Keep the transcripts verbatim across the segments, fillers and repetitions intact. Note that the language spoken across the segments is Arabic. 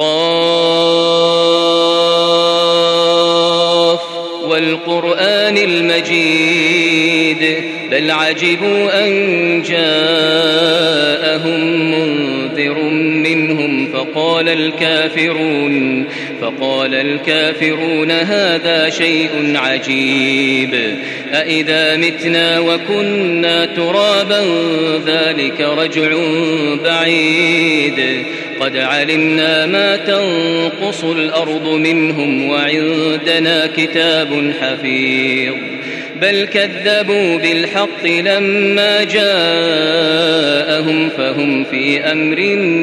قاف والقرآن المجيد بل عجبوا أن جاءهم منذر منهم فقال الكافرون فقال الكافرون هذا شيء عجيب أإذا متنا وكنا ترابا ذلك رجع بعيد قد علمنا ما تنقص الأرض منهم وعندنا كتاب حفيظ بل كذبوا بالحق لما جاءهم فهم في أمر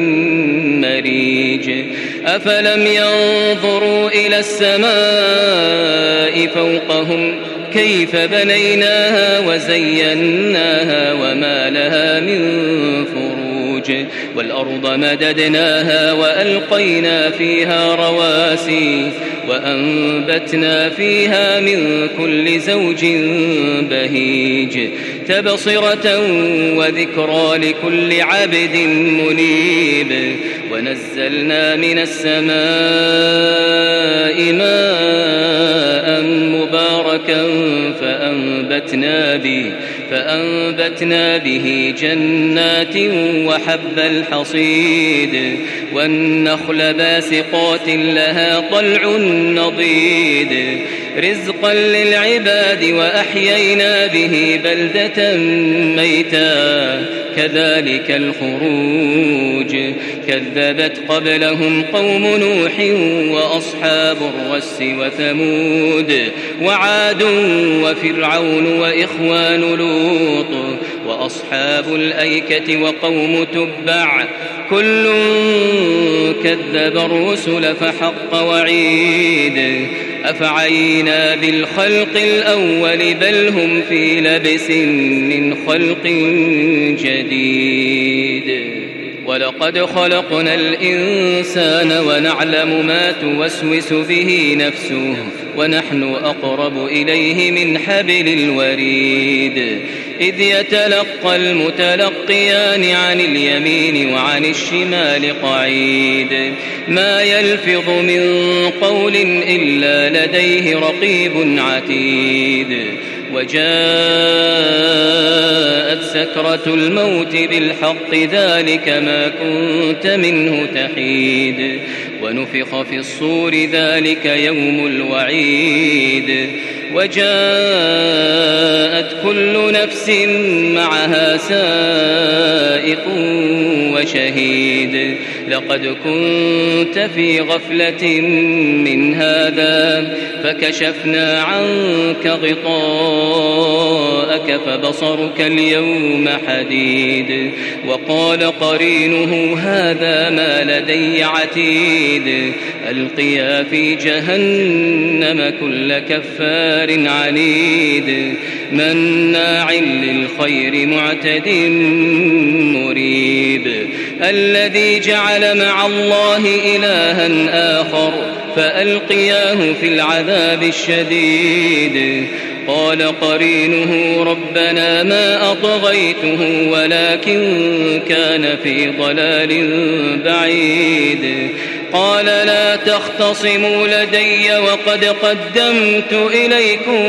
مريج أفلم ينظروا إلى السماء فوقهم كيف بنيناها وزيناها وما لها من فروج والأرض مددناها وألقينا فيها رواسي وأنبتنا فيها من كل زوج بهيج تبصرة وذكرى لكل عبد منيب ونزلنا من السماء ماء مباركا فأنبتنا به فأنبتنا به جنات وحب الحصيد والنخل باسقات لها طلع نضيد رزقا للعباد وأحيينا به بلدة ميتا كذلك الخروج كذبت قبلهم قوم نوح وأصحاب الرس وثمود وعاد وفرعون وإخوان لوط وأصحاب الأيكة وقوم تبع كل كذب الرسل فحق وعيد أفعينا بالخلق الأول بل هم في لبس من خلق جديد ولقد خلقنا الإنسان ونعلم ما توسوس به نفسه ونحن أقرب إليه من حبل الوريد إذ يتلقى المتلقيان عن اليمين وعن الشمال قعيد ما يلفظ من قول إلا لديه رقيب عتيد وجاءت سكرة الموت بالحق ذلك ما كنت منه تحيد ونفخ في الصور ذلك يوم الوعيد وجاءت كل نفس معها سائق وشهيد لقد كنت في غفلة من هذا فكشفنا عنك غطاءك فبصرك اليوم حديد وقال قرينه هذا ما لدي عتيد ألقيا في جهنم كل كفار عنيد مناع للخير معتد مريب الذي جعل مع الله إلها آخر فألقياه في العذاب الشديد قال قرينه ربنا ما أطغيته ولكن كان في ضلال بعيد قال لا تختصموا لدي وقد قدمت إليكم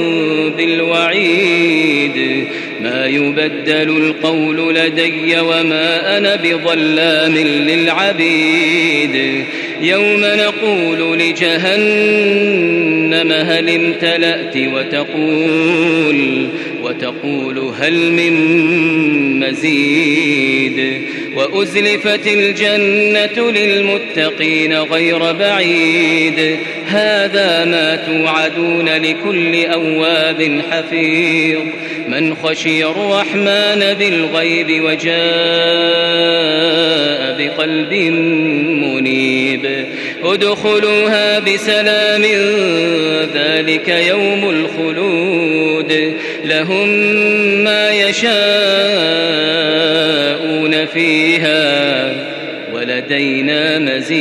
بالوعيد ما يبدل القول لدي وما أنا بظلام للعبيد يوم نقول لجهنم هل امتلأت وتقول وتقول هل من مزيد وأزلفت الجنة للمتقين غير بعيد هذا ما توعدون لكل أواب حفيظ من خشي الرحمن بالغيب وجاء بقلب منيب ادخلوها بسلام ذلك يوم الخلود لهم ما يشاءون فيها ولدينا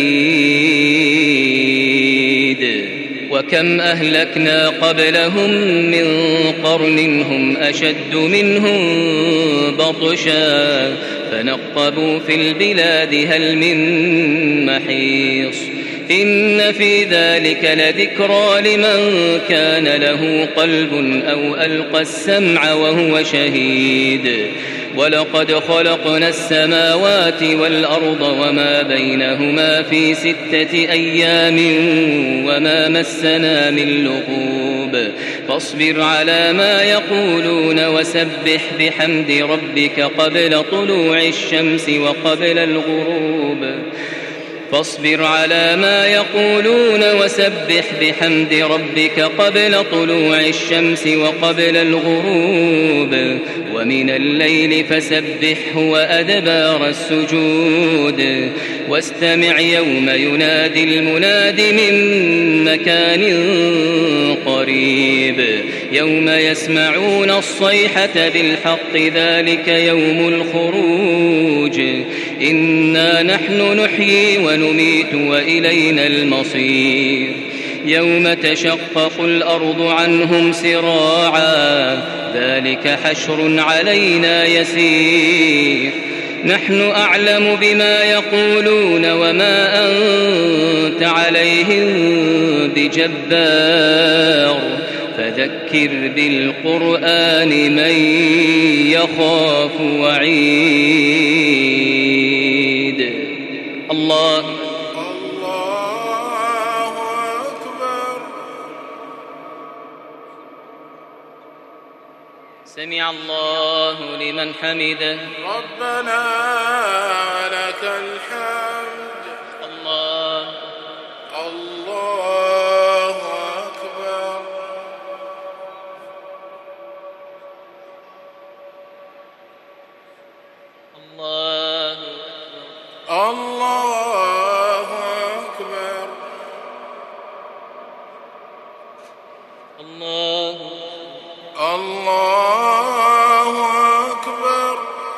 مزيد وكم أهلكنا قبلهم من قرن هم أشد منهم بطشا فنقبوا في البلاد هل من محيص إن في ذلك لذكرى لمن كان له قلب أو ألقى السمع وهو شهيد ولقد خلقنا السماوات والأرض وما بينهما في ستة أيام وما مسنا من لغوب فاصبر على ما يقولون وسبح بحمد ربك قبل طلوع الشمس وقبل الغروب فاصبر على ما يقولون وسبح بحمد ربك قبل طلوع الشمس وقبل الغروب ومن الليل فسبحه وأدبار السجود واستمع يوم ينادي المناد من مكان قريب يوم يسمعون الصيحة بالحق ذلك يوم الخروج إنا نحن نحيي ونميت وإلينا المصير يوم تشقق الأرض عنهم سراعا ذلك حشر علينا يسير نحن أعلم بما يقولون وما أنت عليهم بجبار فذكر بالقرآن من يخاف وعيد الله الله أكبر سمع الله لمن حمده ربنا لك الحمد الله الله أكبر الله الله أكبر الله الله أكبر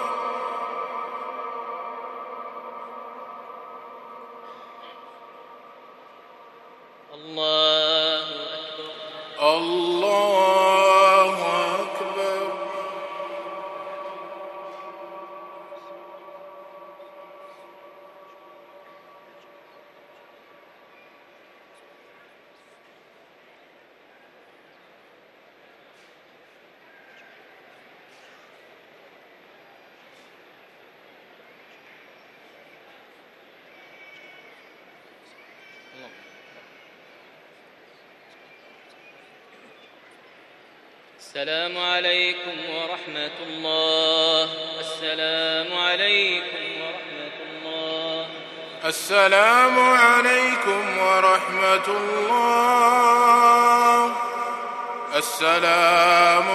الله أكبر الله أكبر السلام عليكم ورحمة الله السلام عليكم ورحمة الله السلام عليكم ورحمة الله السلام